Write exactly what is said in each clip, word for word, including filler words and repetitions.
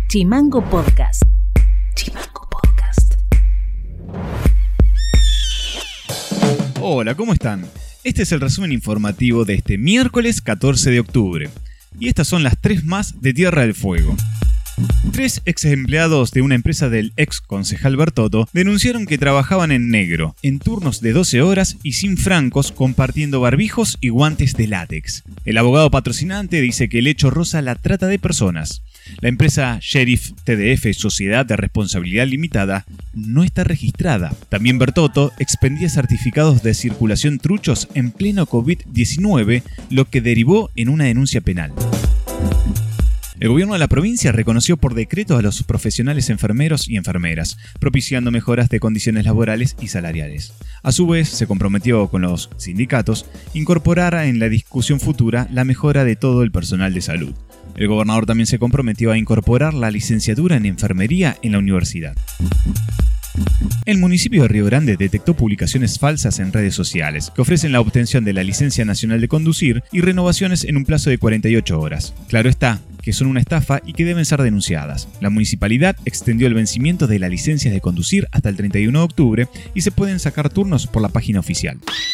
Chimango Podcast. Chimango Podcast. Hola, ¿cómo están? Este es el resumen informativo de este miércoles catorce de octubre. Y estas son las tres más de Tierra del Fuego. Tres ex empleados de una empresa del ex concejal Bertotto denunciaron que trabajaban en negro, en turnos de doce horas y sin francos, compartiendo barbijos y guantes de látex. El abogado patrocinante dice que el hecho roza la trata de personas. La empresa Sheriff T D F Sociedad de Responsabilidad Limitada no está registrada. También Bertotto expendía certificados de circulación truchos en pleno covid diecinueve, lo que derivó en una denuncia penal. El gobierno de la provincia reconoció por decreto a los profesionales enfermeros y enfermeras, propiciando mejoras de condiciones laborales y salariales. A su vez, se comprometió con los sindicatos a incorporar en la discusión futura la mejora de todo el personal de salud. El gobernador también se comprometió a incorporar la licenciatura en enfermería en la universidad. El municipio de Río Grande detectó publicaciones falsas en redes sociales que ofrecen la obtención de la licencia nacional de conducir y renovaciones en un plazo de cuarenta y ocho horas. Claro está que son una estafa y que deben ser denunciadas. La municipalidad extendió el vencimiento de la licencia de conducir hasta el treinta y uno de octubre y se pueden sacar turnos por la página oficial.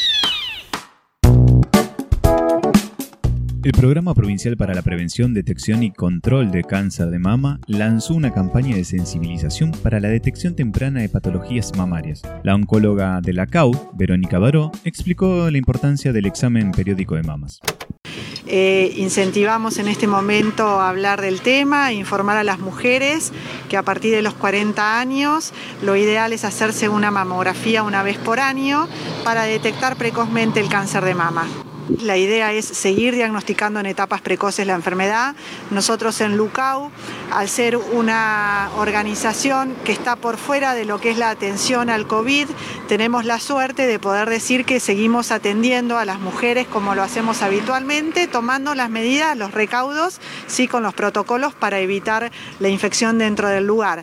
El Programa Provincial para la Prevención, Detección y Control de Cáncer de Mama lanzó una campaña de sensibilización para la detección temprana de patologías mamarias. La oncóloga de la C A U, Verónica Baró, explicó la importancia del examen periódico de mamas. Eh, incentivamos en este momento a hablar del tema, informar a las mujeres que a partir de los cuarenta años lo ideal es hacerse una mamografía una vez por año para detectar precozmente el cáncer de mama. La idea es seguir diagnosticando en etapas precoces la enfermedad. Nosotros en Lucau, al ser una organización que está por fuera de lo que es la atención al COVID, tenemos la suerte de poder decir que seguimos atendiendo a las mujeres como lo hacemos habitualmente, tomando las medidas, los recaudos, sí, con los protocolos para evitar la infección dentro del lugar.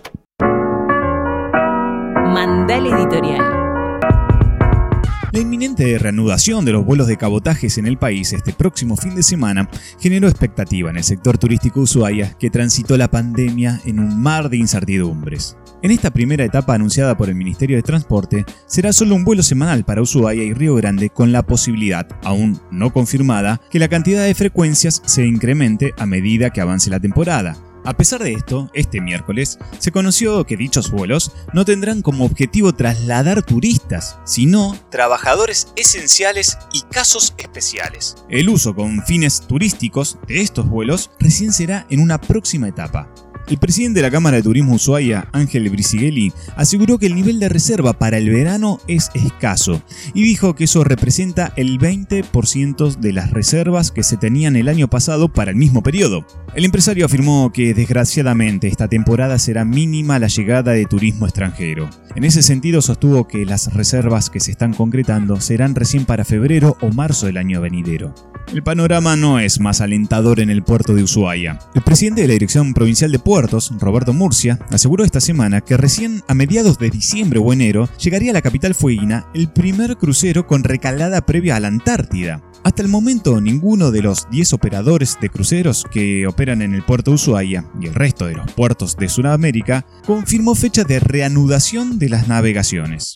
Mandal Editorial. La inminente reanudación de los vuelos de cabotajes en el país este próximo fin de semana generó expectativa en el sector turístico Ushuaia, que transitó la pandemia en un mar de incertidumbres. En esta primera etapa anunciada por el Ministerio de Transporte, será solo un vuelo semanal para Ushuaia y Río Grande, con la posibilidad, aún no confirmada, que la cantidad de frecuencias se incremente a medida que avance la temporada. A pesar de esto, este miércoles se conoció que dichos vuelos no tendrán como objetivo trasladar turistas, sino trabajadores esenciales y casos especiales. El uso con fines turísticos de estos vuelos recién será en una próxima etapa. El presidente de la Cámara de Turismo Ushuaia, Ángel Brisighelli, aseguró que el nivel de reserva para el verano es escaso y dijo que eso representa el veinte por ciento de las reservas que se tenían el año pasado para el mismo periodo. El empresario afirmó que desgraciadamente esta temporada será mínima la llegada de turismo extranjero. En ese sentido sostuvo que las reservas que se están concretando serán recién para febrero o marzo del año venidero. El panorama no es más alentador en el puerto de Ushuaia. El presidente de la Dirección Provincial de Puertos, Roberto Murcia, aseguró esta semana que recién a mediados de diciembre o enero llegaría a la capital fueguina el primer crucero con recalada previa a la Antártida. Hasta el momento, ninguno de los diez operadores de cruceros que operan en el puerto de Ushuaia y el resto de los puertos de Sudamérica confirmó fecha de reanudación de las navegaciones.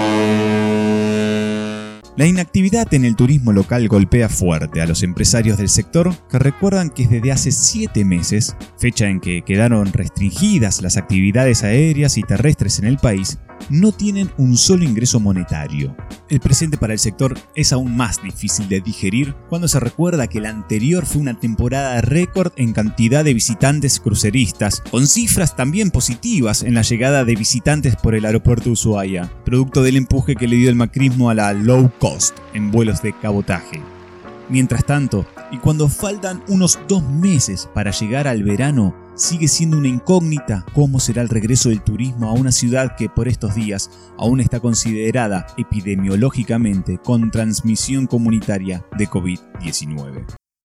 La inactividad en el turismo local golpea fuerte a los empresarios del sector, que recuerdan que desde hace siete meses, fecha en que quedaron restringidas las actividades aéreas y terrestres en el país, no tienen un solo ingreso monetario. El presente para el sector es aún más difícil de digerir cuando se recuerda que la anterior fue una temporada récord en cantidad de visitantes cruceristas, con cifras también positivas en la llegada de visitantes por el aeropuerto de Ushuaia, producto del empuje que le dio el macrismo a la low cost en vuelos de cabotaje. Mientras tanto, y cuando faltan unos dos meses para llegar al verano, sigue siendo una incógnita cómo será el regreso del turismo a una ciudad que por estos días aún está considerada epidemiológicamente con transmisión comunitaria de covid diecinueve.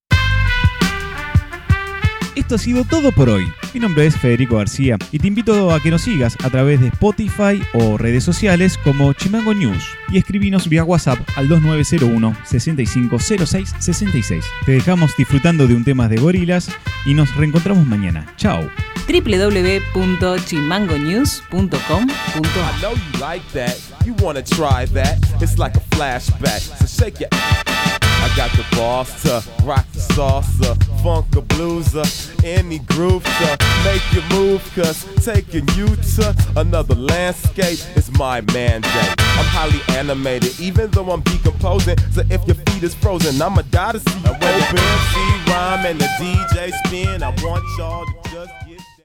Esto ha sido todo por hoy. Mi nombre es Federico García y te invito a que nos sigas a través de Spotify o redes sociales como Chimango News y escribinos vía WhatsApp al dos nueve cero uno, seis cinco cero seis, seis seis. Te dejamos disfrutando de un tema de Gorillaz y nos reencontramos mañana. Chao. w w w punto chimango news punto com punto a r. I know you like that. You wanna try that? It's like a flashback. So shake your. I got the boss to rock the salsa, funk a blueser, any groove to make you move. Cause taking you to another landscape is my mandate. I'm highly animated, even though I'm decomposing. So if your feet is frozen, I'ma die to see you open. M C rhyme and the D J spin. I want y'all to just